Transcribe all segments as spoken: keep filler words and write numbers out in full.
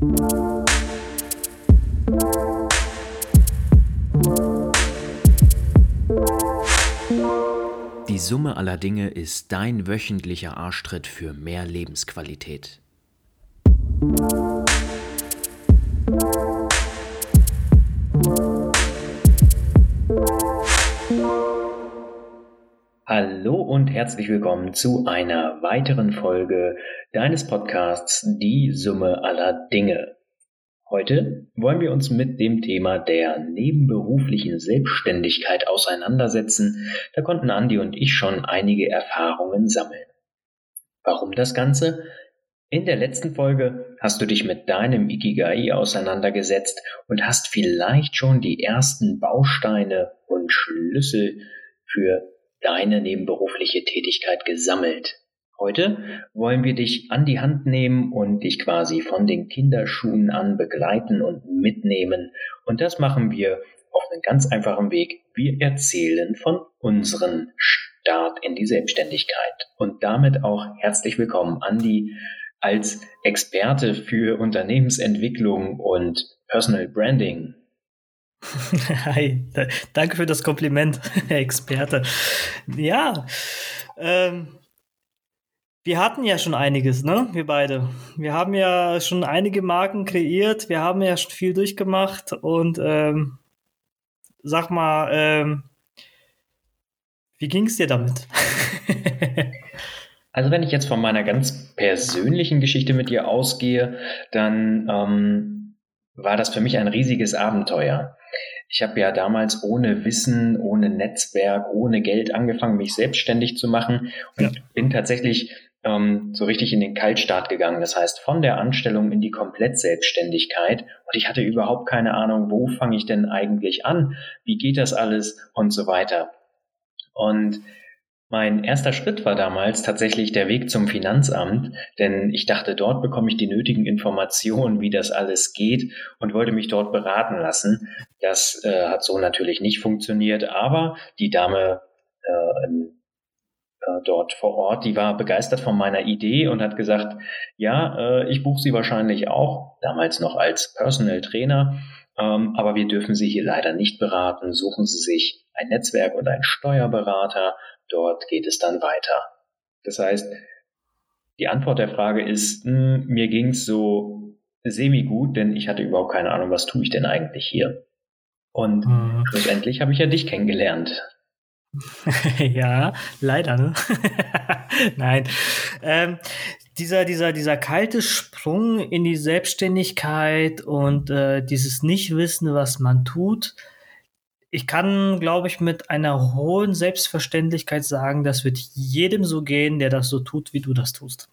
Die Summe aller Dinge ist dein wöchentlicher Arschtritt für mehr Lebensqualität. Hallo und herzlich willkommen zu einer weiteren Folge deines Podcasts Die Summe aller Dinge. Heute wollen wir uns mit dem Thema der nebenberuflichen Selbstständigkeit auseinandersetzen. Da konnten Andi und ich schon einige Erfahrungen sammeln. Warum das Ganze? In der letzten Folge hast du dich mit deinem Ikigai auseinandergesetzt und hast vielleicht schon die ersten Bausteine und Schlüssel für deine nebenberufliche Tätigkeit gesammelt. Heute wollen wir dich an die Hand nehmen und dich quasi von den Kinderschuhen an begleiten und mitnehmen. Und das machen wir auf einen ganz einfachen Weg. Wir erzählen von unserem Start in die Selbstständigkeit. Und damit auch herzlich willkommen, Andi, als Experte für Unternehmensentwicklung und Personal Branding. Hi, da, danke für das Kompliment, Herr Experte. Ja, ähm, wir hatten ja schon einiges, ne? Wir beide. Wir haben ja schon einige Marken kreiert, wir haben ja schon viel durchgemacht und ähm, sag mal, ähm, wie ging es dir damit? Also wenn ich jetzt von meiner ganz persönlichen Geschichte mit dir ausgehe, dann ähm, war das für mich ein riesiges Abenteuer. Ich habe ja damals ohne Wissen, ohne Netzwerk, ohne Geld angefangen, mich selbstständig zu machen und ja. bin tatsächlich ähm, so richtig in den Kaltstart gegangen. Das heißt, von der Anstellung in die Komplett-Selbstständigkeit. Und ich hatte überhaupt keine Ahnung, wo fange ich denn eigentlich an? Wie geht das alles? Und so weiter. Und mein erster Schritt war damals tatsächlich der Weg zum Finanzamt, denn ich dachte, dort bekomme ich die nötigen Informationen, wie das alles geht und wollte mich dort beraten lassen. Das äh, hat so natürlich nicht funktioniert, aber die Dame äh, äh, dort vor Ort, die war begeistert von meiner Idee und hat gesagt, ja, äh, ich buche Sie wahrscheinlich auch, damals noch als Personal Trainer, ähm, aber wir dürfen Sie hier leider nicht beraten. Suchen Sie sich ein Netzwerk und einen Steuerberater. Dort geht es dann weiter. Das heißt, die Antwort der Frage ist, mh, mir ging es so semi-gut, denn ich hatte überhaupt keine Ahnung, was tue ich denn eigentlich hier. Und mhm. schlussendlich habe ich ja dich kennengelernt. Ja, leider, ne? Nein. Ähm, dieser, dieser, dieser kalte Sprung in die Selbstständigkeit und äh, dieses Nichtwissen, was man tut, ich kann, glaube ich, mit einer hohen Selbstverständlichkeit sagen, das wird jedem so gehen, der das so tut, wie du das tust.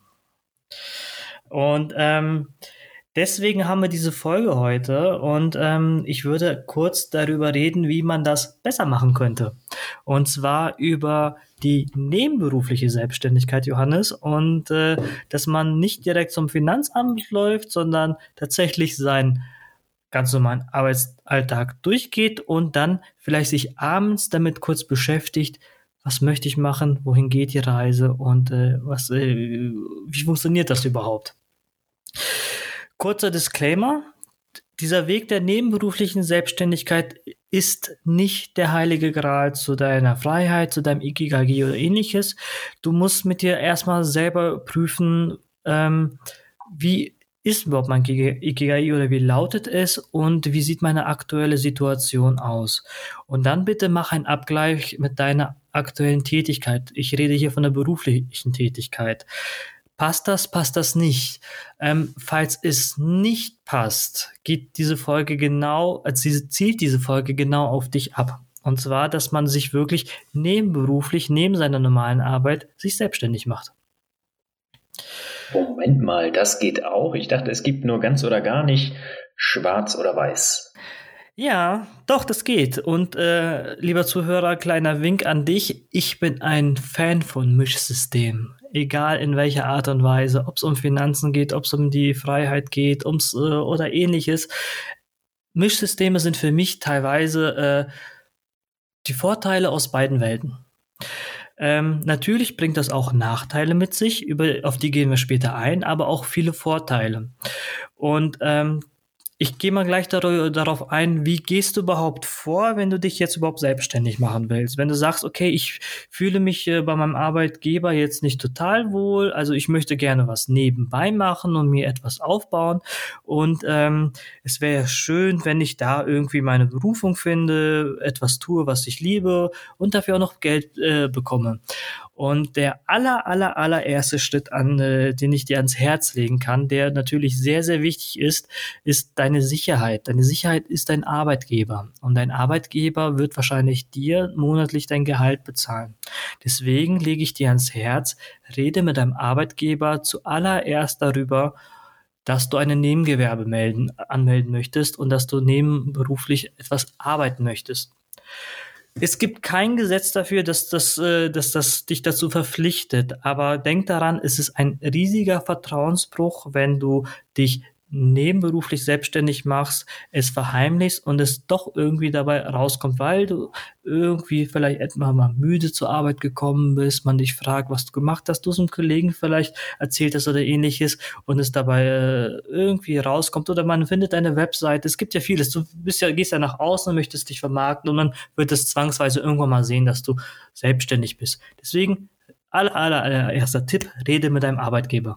Und ähm, deswegen haben wir diese Folge heute und ähm, ich würde kurz darüber reden, wie man das besser machen könnte. Und zwar über die nebenberufliche Selbstständigkeit, Johannes, und äh, dass man nicht direkt zum Finanzamt läuft, sondern tatsächlich sein ganz normalen Arbeitsalltag durchgeht und dann vielleicht sich abends damit kurz beschäftigt, was möchte ich machen, wohin geht die Reise und äh, was, äh, wie funktioniert das überhaupt? Kurzer Disclaimer, dieser Weg der nebenberuflichen Selbstständigkeit ist nicht der heilige Gral zu deiner Freiheit, zu deinem Ikigai oder ähnliches. Du musst mit dir erstmal selber prüfen, ähm, wie ist überhaupt mein Ikigai oder wie lautet es und wie sieht meine aktuelle Situation aus? Und dann bitte mach einen Abgleich mit deiner aktuellen Tätigkeit. Ich rede hier von der beruflichen Tätigkeit. Passt das, passt das nicht? Ähm, falls es nicht passt, geht diese Folge genau, also zielt diese Folge genau auf dich ab. Und zwar, dass man sich wirklich nebenberuflich, neben seiner normalen Arbeit, sich selbstständig macht. Moment mal, das geht auch? Ich dachte, es gibt nur ganz oder gar nicht schwarz oder weiß. Ja, doch, das geht. Und äh, lieber Zuhörer, kleiner Wink an dich. Ich bin ein Fan von Mischsystemen. Egal in welcher Art und Weise, ob es um Finanzen geht, ob es um die Freiheit geht, ums äh, oder ähnliches. Mischsysteme sind für mich teilweise äh, die Vorteile aus beiden Welten. Ähm, natürlich bringt das auch Nachteile mit sich, über, auf die gehen wir später ein, aber auch viele Vorteile. Und ähm, ich gehe mal gleich dar- darauf ein, wie gehst du überhaupt vor, wenn du dich jetzt überhaupt selbstständig machen willst? Wenn du sagst, okay, ich fühle mich äh, bei meinem Arbeitgeber jetzt nicht total wohl, also ich möchte gerne was nebenbei machen und mir etwas aufbauen und ähm, es wäre ja schön, wenn ich da irgendwie meine Berufung finde, etwas tue, was ich liebe und dafür auch noch Geld äh, bekomme. Und der aller, aller, allererste Schritt, an, äh, den ich dir ans Herz legen kann, der natürlich sehr, sehr wichtig ist, ist deine Sicherheit. Deine Sicherheit ist dein Arbeitgeber. Und dein Arbeitgeber wird wahrscheinlich dir monatlich dein Gehalt bezahlen. Deswegen lege ich dir ans Herz, rede mit deinem Arbeitgeber zuallererst darüber, dass du ein Nebengewerbe melden, anmelden möchtest und dass du nebenberuflich etwas arbeiten möchtest. Es gibt kein Gesetz dafür, dass das, äh, dass das dich dazu verpflichtet. Aber denk daran, es ist ein riesiger Vertrauensbruch, wenn du dich nebenberuflich selbstständig machst, es verheimlichst und es doch irgendwie dabei rauskommt, weil du irgendwie vielleicht etwa mal müde zur Arbeit gekommen bist, man dich fragt, was du gemacht hast, du es einem Kollegen vielleicht erzählt hast oder ähnliches und es dabei äh, irgendwie rauskommt oder man findet eine Webseite. Es gibt ja vieles. Du bist ja, gehst ja nach außen und möchtest dich vermarkten und man wird es zwangsweise irgendwann mal sehen, dass du selbstständig bist. Deswegen, aller, aller, allererster Tipp, rede mit deinem Arbeitgeber.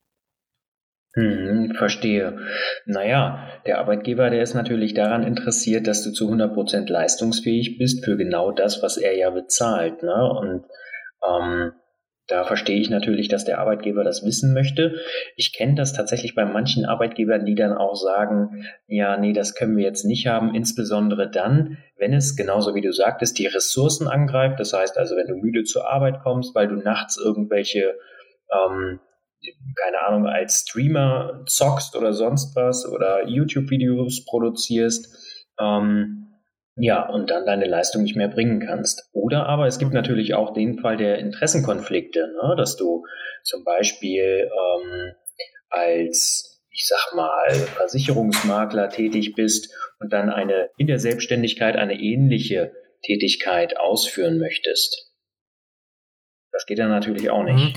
Hm, verstehe. Naja, der Arbeitgeber, der ist natürlich daran interessiert, dass du zu hundert Prozent leistungsfähig bist für genau das, was er ja bezahlt, ne? Und ähm, da verstehe ich natürlich, dass der Arbeitgeber das wissen möchte. Ich kenne das tatsächlich bei manchen Arbeitgebern, die dann auch sagen, ja, nee, das können wir jetzt nicht haben, insbesondere dann, wenn es, genauso wie du sagtest, die Ressourcen angreift. Das heißt also, wenn du müde zur Arbeit kommst, weil du nachts irgendwelche ähm, keine Ahnung, als Streamer zockst oder sonst was oder YouTube-Videos produzierst, ähm, ja, und dann deine Leistung nicht mehr bringen kannst. Oder aber es gibt natürlich auch den Fall der Interessenkonflikte, ne? Dass du zum Beispiel ähm, als, ich sag mal, Versicherungsmakler tätig bist und dann eine in der Selbstständigkeit eine ähnliche Tätigkeit ausführen möchtest. Das geht dann natürlich auch nicht. Mhm.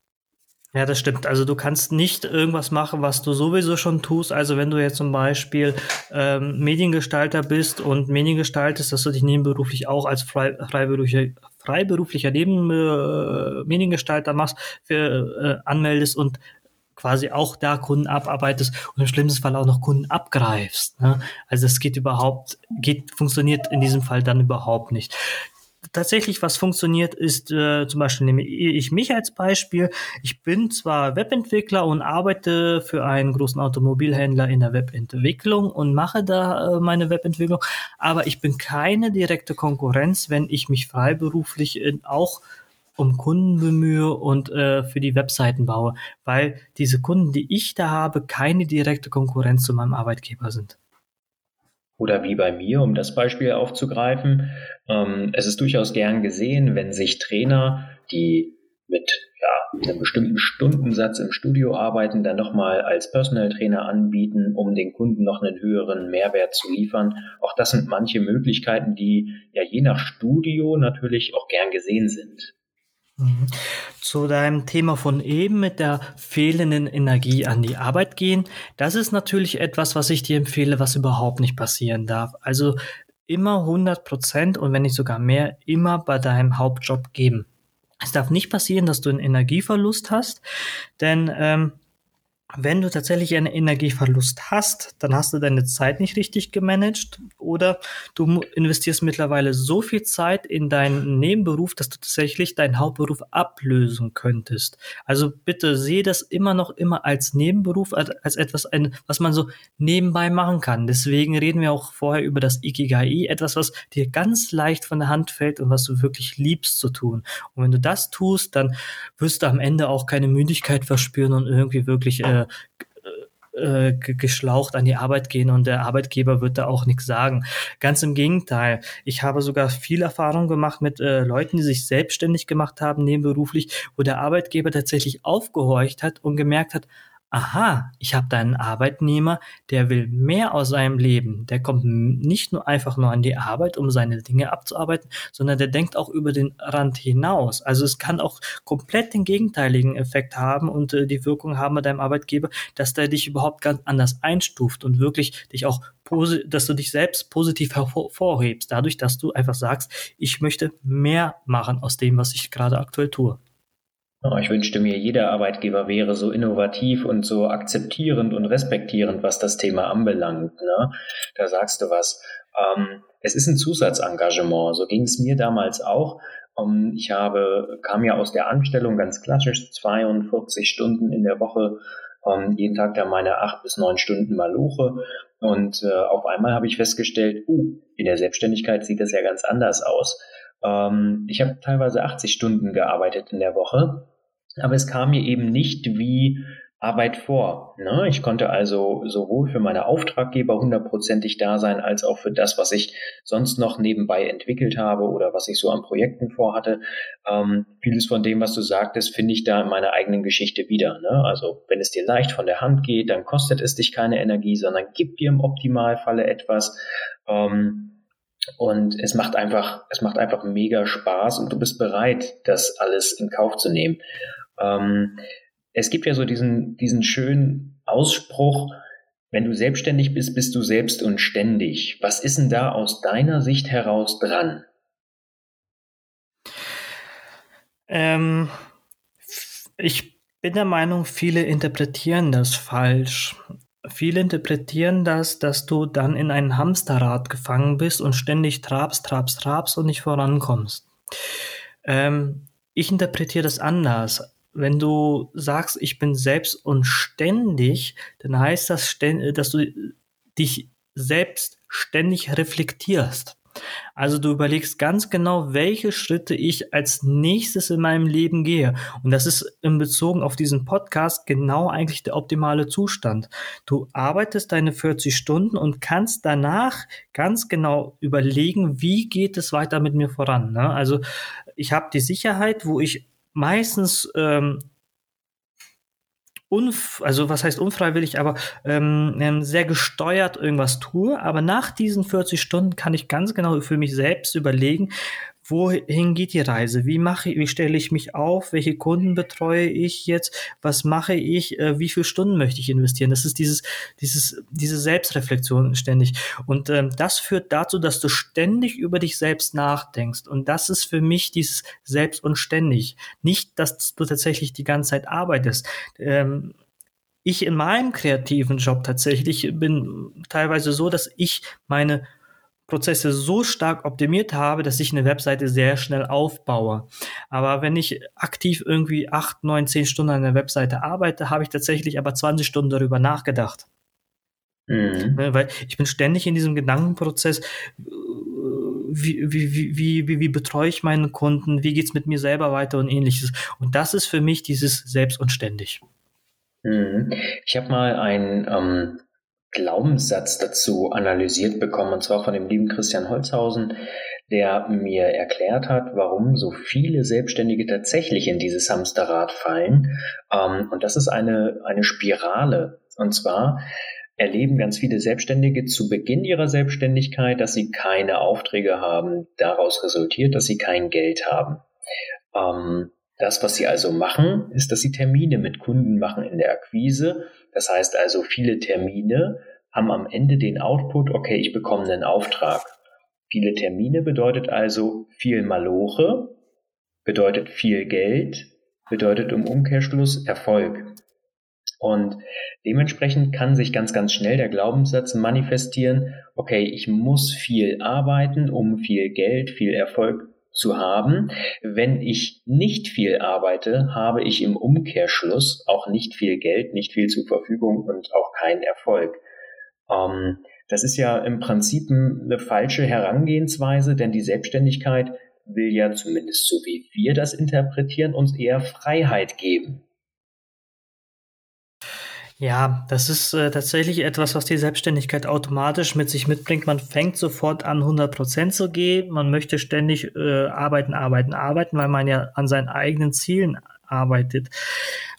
Ja, das stimmt. Also du kannst nicht irgendwas machen, was du sowieso schon tust. Also wenn du jetzt zum Beispiel ähm, Mediengestalter bist und Medien gestaltest, dass du dich nebenberuflich auch als frei, freiberuflicher, freiberuflicher Neben, äh, Mediengestalter machst, für, äh, anmeldest und quasi auch da Kunden abarbeitest und im schlimmsten Fall auch noch Kunden abgreifst. Ne? Also es geht überhaupt, geht, funktioniert in diesem Fall dann überhaupt nicht. Tatsächlich, was funktioniert, ist äh, zum Beispiel nehme ich mich als Beispiel. Ich bin zwar Webentwickler und arbeite für einen großen Automobilhändler in der Webentwicklung und mache da äh, meine Webentwicklung, aber ich bin keine direkte Konkurrenz, wenn ich mich freiberuflich in, auch um Kunden bemühe und äh, für die Webseiten baue, weil diese Kunden, die ich da habe, keine direkte Konkurrenz zu meinem Arbeitgeber sind. Oder wie bei mir, um das Beispiel aufzugreifen, ähm, es ist durchaus gern gesehen, wenn sich Trainer, die mit ja, einem bestimmten Stundensatz im Studio arbeiten, dann nochmal als Personal Trainer anbieten, um den Kunden noch einen höheren Mehrwert zu liefern. Auch das sind manche Möglichkeiten, die ja je nach Studio natürlich auch gern gesehen sind. Mhm. Zu deinem Thema von eben mit der fehlenden Energie an die Arbeit gehen. Das ist natürlich etwas, was ich dir empfehle, was überhaupt nicht passieren darf. Also immer hundert Prozent und wenn nicht sogar mehr, immer bei deinem Hauptjob geben. Es darf nicht passieren, dass du einen Energieverlust hast, denn ähm, wenn du tatsächlich einen Energieverlust hast, dann hast du deine Zeit nicht richtig gemanagt oder du investierst mittlerweile so viel Zeit in deinen Nebenberuf, dass du tatsächlich deinen Hauptberuf ablösen könntest. Also bitte sehe das immer noch immer als Nebenberuf, als etwas, was man so nebenbei machen kann. Deswegen reden wir auch vorher über das Ikigai, etwas, was dir ganz leicht von der Hand fällt und was du wirklich liebst zu tun. Und wenn du das tust, dann wirst du am Ende auch keine Müdigkeit verspüren und irgendwie wirklich äh, äh, geschlaucht an die Arbeit gehen und der Arbeitgeber wird da auch nichts sagen. Ganz im Gegenteil. Ich habe sogar viel Erfahrung gemacht mit äh, Leuten, die sich selbstständig gemacht haben, nebenberuflich, wo der Arbeitgeber tatsächlich aufgehorcht hat und gemerkt hat, aha, ich habe da einen Arbeitnehmer, der will mehr aus seinem Leben. Der kommt nicht nur einfach nur an die Arbeit, um seine Dinge abzuarbeiten, sondern der denkt auch über den Rand hinaus. Also es kann auch komplett den gegenteiligen Effekt haben und äh, die Wirkung haben bei deinem Arbeitgeber, dass der dich überhaupt ganz anders einstuft und wirklich dich auch, posi- dass du dich selbst positiv hervorhebst, dadurch, dass du einfach sagst, ich möchte mehr machen aus dem, was ich gerade aktuell tue. Oh, ich wünschte mir, jeder Arbeitgeber wäre so innovativ und so akzeptierend und respektierend, was das Thema anbelangt. Ne? Da sagst du was. Ähm, es ist ein Zusatzengagement. So ging es mir damals auch. Um, ich habe, kam ja aus der Anstellung ganz klassisch, zweiundvierzig Stunden in der Woche, um, jeden Tag da meine acht bis neun Stunden Maloche. Und äh, auf einmal habe ich festgestellt, uh, in der Selbstständigkeit sieht das ja ganz anders aus. Ähm, ich habe teilweise achtzig Stunden gearbeitet in der Woche. Aber es kam mir eben nicht wie Arbeit vor. Ne? Ich konnte also sowohl für meine Auftraggeber hundertprozentig da sein, als auch für das, was ich sonst noch nebenbei entwickelt habe oder was ich so an Projekten vorhatte. Ähm, vieles von dem, was du sagtest, finde ich da in meiner eigenen Geschichte wieder. Ne? Also wenn es dir leicht von der Hand geht, dann kostet es dich keine Energie, sondern gibt dir im Optimalfalle etwas. Ähm, und es macht einfach, es macht einfach mega Spaß und du bist bereit, das alles in Kauf zu nehmen. Ähm, es gibt ja so diesen, diesen schönen Ausspruch, wenn du selbstständig bist, bist du selbst und ständig. Was ist denn da aus deiner Sicht heraus dran? Ähm, ich bin der Meinung, viele interpretieren das falsch. Viele interpretieren das, dass du dann in ein Hamsterrad gefangen bist und ständig trabst, trabst, trabst und nicht vorankommst. Ähm, ich interpretiere das anders. Wenn du sagst, ich bin selbst und ständig, dann heißt das, dass du dich selbst ständig reflektierst. Also du überlegst ganz genau, welche Schritte ich als nächstes in meinem Leben gehe. Und das ist in Bezug auf diesen Podcast genau eigentlich der optimale Zustand. Du arbeitest deine vierzig Stunden und kannst danach ganz genau überlegen, wie geht es weiter mit mir voran. Ne? Also ich habe die Sicherheit, wo ich meistens ähm, Unf- also was heißt unfreiwillig, aber ähm, ähm, sehr gesteuert irgendwas tue. Aber nach diesen vierzig Stunden kann ich ganz genau für mich selbst überlegen, wohin geht die Reise? Wie mache ich, wie stelle ich mich auf? Welche Kunden betreue ich jetzt? Was mache ich? Äh, wie viele Stunden möchte ich investieren? Das ist dieses, dieses, diese Selbstreflexion ständig. Und ähm, das führt dazu, dass du ständig über dich selbst nachdenkst. Und das ist für mich dieses Selbst und ständig. Nicht, dass du tatsächlich die ganze Zeit arbeitest. Ähm, ich in meinem kreativen Job tatsächlich bin teilweise so, dass ich meine Prozesse so stark optimiert habe, dass ich eine Webseite sehr schnell aufbaue. Aber wenn ich aktiv irgendwie acht, neun, zehn Stunden an der Webseite arbeite, habe ich tatsächlich aber zwanzig Stunden darüber nachgedacht. Mhm. Weil ich bin ständig in diesem Gedankenprozess, wie, wie, wie, wie, wie betreue ich meine Kunden, wie geht's mit mir selber weiter und ähnliches. Und das ist für mich dieses Selbst und ständig. Ich habe mal einen ähm, Glaubenssatz dazu analysiert bekommen, und zwar von dem lieben Christian Holzhausen, der mir erklärt hat, warum so viele Selbstständige tatsächlich in dieses Hamsterrad fallen. Ähm, und das ist eine, eine Spirale. Und zwar erleben ganz viele Selbstständige zu Beginn ihrer Selbstständigkeit, dass sie keine Aufträge haben. Daraus resultiert, dass sie kein Geld haben. Ähm, Das, was sie also machen, ist, dass sie Termine mit Kunden machen in der Akquise. Das heißt also, viele Termine haben am Ende den Output, okay, ich bekomme einen Auftrag. Viele Termine bedeutet also viel Maloche, bedeutet viel Geld, bedeutet im Umkehrschluss Erfolg. Und dementsprechend kann sich ganz, ganz schnell der Glaubenssatz manifestieren, okay, ich muss viel arbeiten, um viel Geld, viel Erfolg zu haben. Wenn ich nicht viel arbeite, habe ich im Umkehrschluss auch nicht viel Geld, nicht viel zur Verfügung und auch keinen Erfolg. Ähm, das ist ja im Prinzip eine falsche Herangehensweise, denn die Selbstständigkeit will ja zumindest so wie wir das interpretieren, uns eher Freiheit geben. Ja, das ist äh, tatsächlich etwas, was die Selbstständigkeit automatisch mit sich mitbringt. Man fängt sofort an, hundert Prozent zu geben. Man möchte ständig äh, arbeiten, arbeiten, arbeiten, weil man ja an seinen eigenen Zielen arbeitet.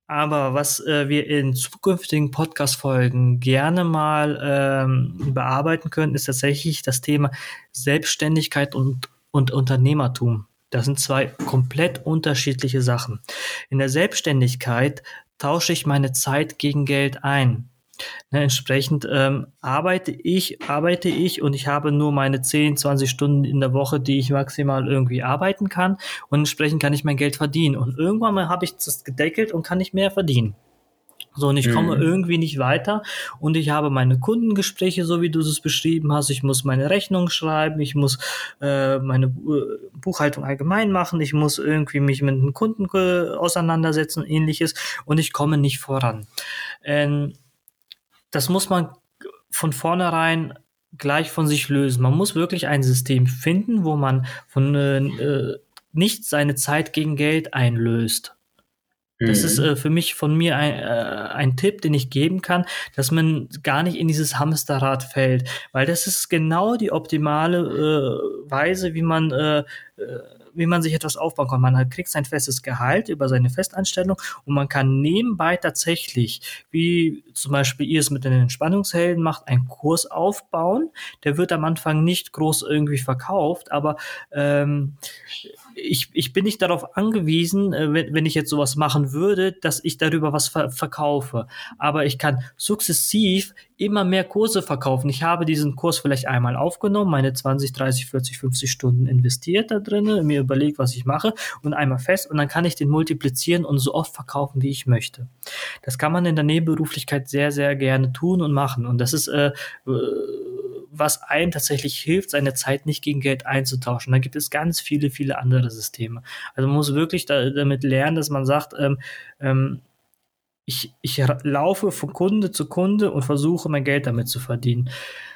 Aber was äh, wir in zukünftigen Podcast-Folgen gerne mal ähm, bearbeiten können, ist tatsächlich das Thema Selbstständigkeit und, und Unternehmertum. Das sind zwei komplett unterschiedliche Sachen. In der Selbstständigkeit tausche ich meine Zeit gegen Geld ein. Ne, entsprechend ähm, arbeite ich, arbeite ich und ich habe nur meine zehn, zwanzig Stunden in der Woche, die ich maximal irgendwie arbeiten kann, und entsprechend kann ich mein Geld verdienen. Und irgendwann mal habe ich das gedeckelt und kann nicht mehr verdienen. So, und ich komme Mhm. irgendwie nicht weiter und ich habe meine Kundengespräche, so wie du es beschrieben hast. Ich muss meine Rechnung schreiben, ich muss äh, meine äh, Buchhaltung allgemein machen, ich muss irgendwie mich mit einem Kunden äh, auseinandersetzen und ähnliches, und ich komme nicht voran. Ähm, Das muss man von vornherein gleich von sich lösen. Man muss wirklich ein System finden, wo man von äh, nicht seine Zeit gegen Geld einlöst. Das ist äh, Mhm. für mich von mir ein, äh, ein Tipp, den ich geben kann, dass man gar nicht in dieses Hamsterrad fällt, weil das ist genau die optimale äh, Weise, wie man äh, äh, wie man sich etwas aufbauen kann. Man hat, kriegt sein festes Gehalt über seine Festanstellung und man kann nebenbei tatsächlich, wie zum Beispiel ihr es mit den Entspannungshelden macht, einen Kurs aufbauen. Der wird am Anfang nicht groß irgendwie verkauft, aber ähm, ich, ich bin nicht darauf angewiesen, äh, wenn, wenn ich jetzt sowas machen würde, dass ich darüber was ver- verkaufe. Aber ich kann sukzessiv immer mehr Kurse verkaufen. Ich habe diesen Kurs vielleicht einmal aufgenommen, meine zwanzig, dreißig, vierzig, fünfzig Stunden investiert da drin, mir überlegt, was ich mache, und einmal fest, und dann kann ich den multiplizieren und so oft verkaufen, wie ich möchte. Das kann man in der Nebenberuflichkeit sehr, sehr gerne tun und machen. Und das ist äh, was einem tatsächlich hilft, seine Zeit nicht gegen Geld einzutauschen. Da gibt es ganz viele, viele andere Systeme. Also man muss wirklich da, damit lernen, dass man sagt, ähm, ähm, ich, ich laufe von Kunde zu Kunde und versuche, mein Geld damit zu verdienen.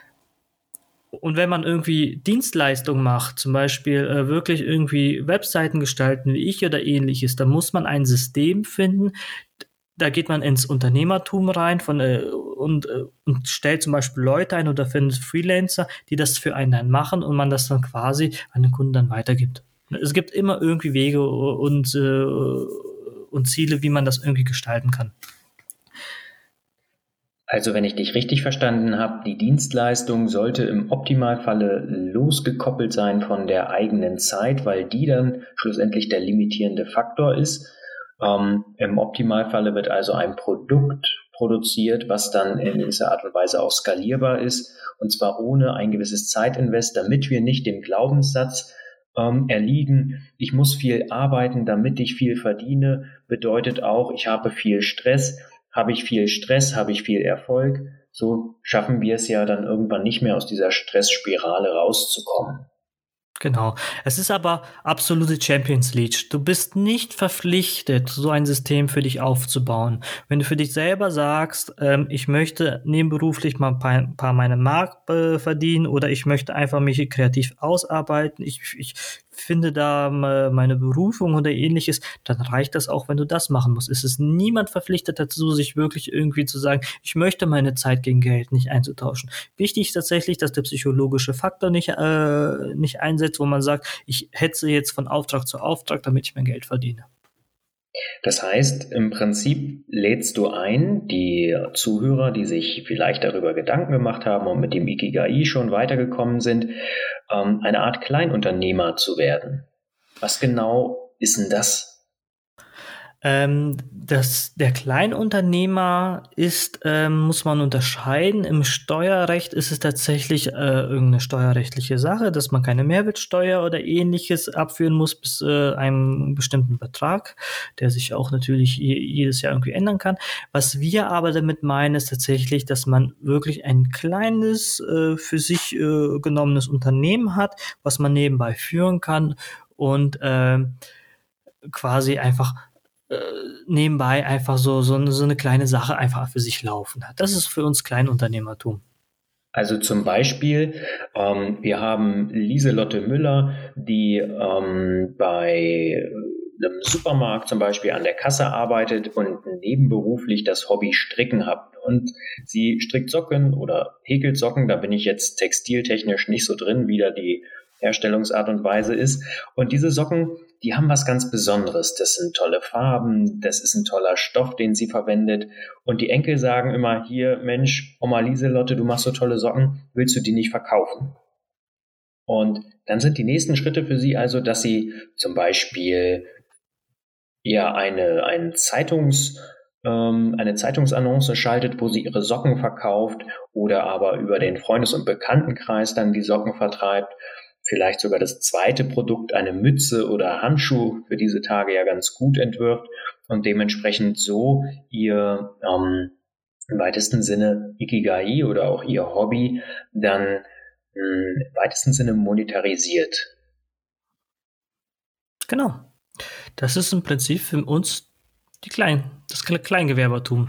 Und wenn man irgendwie Dienstleistungen macht, zum Beispiel äh, wirklich irgendwie Webseiten gestalten wie ich oder ähnliches, dann muss man ein System finden. Da geht man ins Unternehmertum rein von, äh, und, äh, und stellt zum Beispiel Leute ein oder findet Freelancer, die das für einen dann machen und man das dann quasi an den Kunden dann weitergibt. Es gibt immer irgendwie Wege und, äh, und Ziele, wie man das irgendwie gestalten kann. Also wenn ich dich richtig verstanden habe, die Dienstleistung sollte im Optimalfalle losgekoppelt sein von der eigenen Zeit, weil die dann schlussendlich der limitierende Faktor ist. Ähm, Im Optimalfalle wird also ein Produkt produziert, was dann in gewisser Art und Weise auch skalierbar ist, und zwar ohne ein gewisses Zeitinvest, damit wir nicht dem Glaubenssatz ähm, erliegen, ich muss viel arbeiten, damit ich viel verdiene, bedeutet auch, ich habe viel Stress. Habe ich viel Stress, habe ich viel Erfolg, so schaffen wir es ja dann irgendwann nicht mehr aus dieser Stressspirale rauszukommen. Genau. Es ist aber absolute Champions League. Du bist nicht verpflichtet, so ein System für dich aufzubauen. Wenn du für dich selber sagst, ähm, ich möchte nebenberuflich mal ein paar, ein paar meine Mark äh, verdienen, oder ich möchte einfach mich kreativ ausarbeiten, ich, ich finde da äh, meine Berufung oder ähnliches, dann reicht das auch, wenn du das machen musst. Es ist niemand verpflichtet dazu, sich wirklich irgendwie zu sagen, ich möchte meine Zeit gegen Geld nicht einzutauschen. Wichtig ist tatsächlich, dass der psychologische Faktor nicht, äh, nicht einsetzt, wo man sagt, ich hetze jetzt von Auftrag zu Auftrag, damit ich mein Geld verdiene. Das heißt, im Prinzip lädst du ein, die Zuhörer, die sich vielleicht darüber Gedanken gemacht haben und mit dem Ikigai schon weitergekommen sind, ähm, eine Art Kleinunternehmer zu werden. Was genau ist denn das? Ähm, das, der Kleinunternehmer ist, ähm, muss man unterscheiden. Im Steuerrecht ist es tatsächlich äh, irgendeine steuerrechtliche Sache, dass man keine Mehrwertsteuer oder ähnliches abführen muss bis äh, einem bestimmten Betrag, der sich auch natürlich je, jedes Jahr irgendwie ändern kann. Was wir aber damit meinen, ist tatsächlich, dass man wirklich ein kleines, äh, für sich äh, genommenes Unternehmen hat, was man nebenbei führen kann und äh, quasi einfach äh, nebenbei einfach so, so, eine, so eine kleine Sache einfach für sich laufen hat. Das ist für uns Kleinunternehmertum. Also zum Beispiel, ähm, wir haben Lieselotte Müller, die ähm, bei einem Supermarkt zum Beispiel an der Kasse arbeitet und nebenberuflich das Hobby Stricken hat. Und sie strickt Socken oder häkelt Socken, da bin ich jetzt textiltechnisch nicht so drin, wie da die Herstellungsart und Weise ist. Und diese Socken, die haben was ganz Besonderes. Das sind tolle Farben, das ist ein toller Stoff, den sie verwendet. Und die Enkel sagen immer, hier, Mensch, Oma Lieselotte, du machst so tolle Socken, willst du die nicht verkaufen? Und dann sind die nächsten Schritte für sie also, dass sie zum Beispiel ja eine, ein Zeitungs, ähm, eine Zeitungsannonce schaltet, wo sie ihre Socken verkauft oder aber über den Freundes- und Bekanntenkreis dann die Socken vertreibt. Vielleicht sogar das zweite Produkt, eine Mütze oder Handschuh, für diese Tage ja ganz gut entwirft und dementsprechend so ihr ähm, im weitesten Sinne Ikigai oder auch ihr Hobby dann im weitesten Sinne monetarisiert. Genau. Das ist im Prinzip für uns die Klein, das Kleingewerbertum.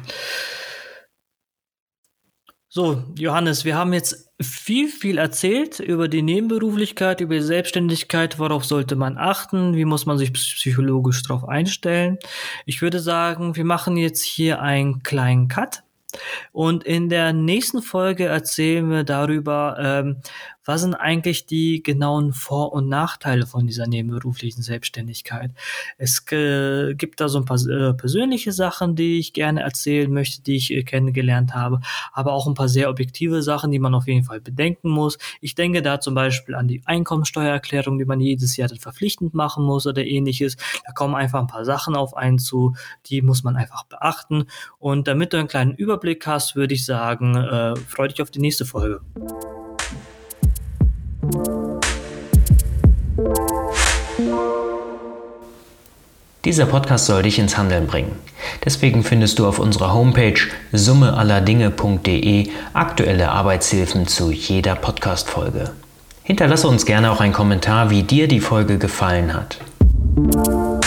So, Johannes, wir haben jetzt viel, viel erzählt über die Nebenberuflichkeit, über die Selbstständigkeit, worauf sollte man achten, wie muss man sich psychologisch darauf einstellen. Ich würde sagen, wir machen jetzt hier einen kleinen Cut und in der nächsten Folge erzählen wir darüber, ähm, was sind eigentlich die genauen Vor- und Nachteile von dieser nebenberuflichen Selbstständigkeit. Es äh, gibt da so ein paar äh, persönliche Sachen, die ich gerne erzählen möchte, die ich äh, kennengelernt habe, aber auch ein paar sehr objektive Sachen, die man auf jeden Fall bedenken muss. Ich denke da zum Beispiel an die Einkommensteuererklärung, die man jedes Jahr dann verpflichtend machen muss oder ähnliches. Da kommen einfach ein paar Sachen auf einen zu, die muss man einfach beachten. Und damit du einen kleinen Überblick hast, würde ich sagen, äh, freu dich auf die nächste Folge. Dieser Podcast soll dich ins Handeln bringen. Deswegen findest du auf unserer Homepage summeallerdinge punkt de aktuelle Arbeitshilfen zu jeder Podcast-Folge. Hinterlasse uns gerne auch einen Kommentar, wie dir die Folge gefallen hat.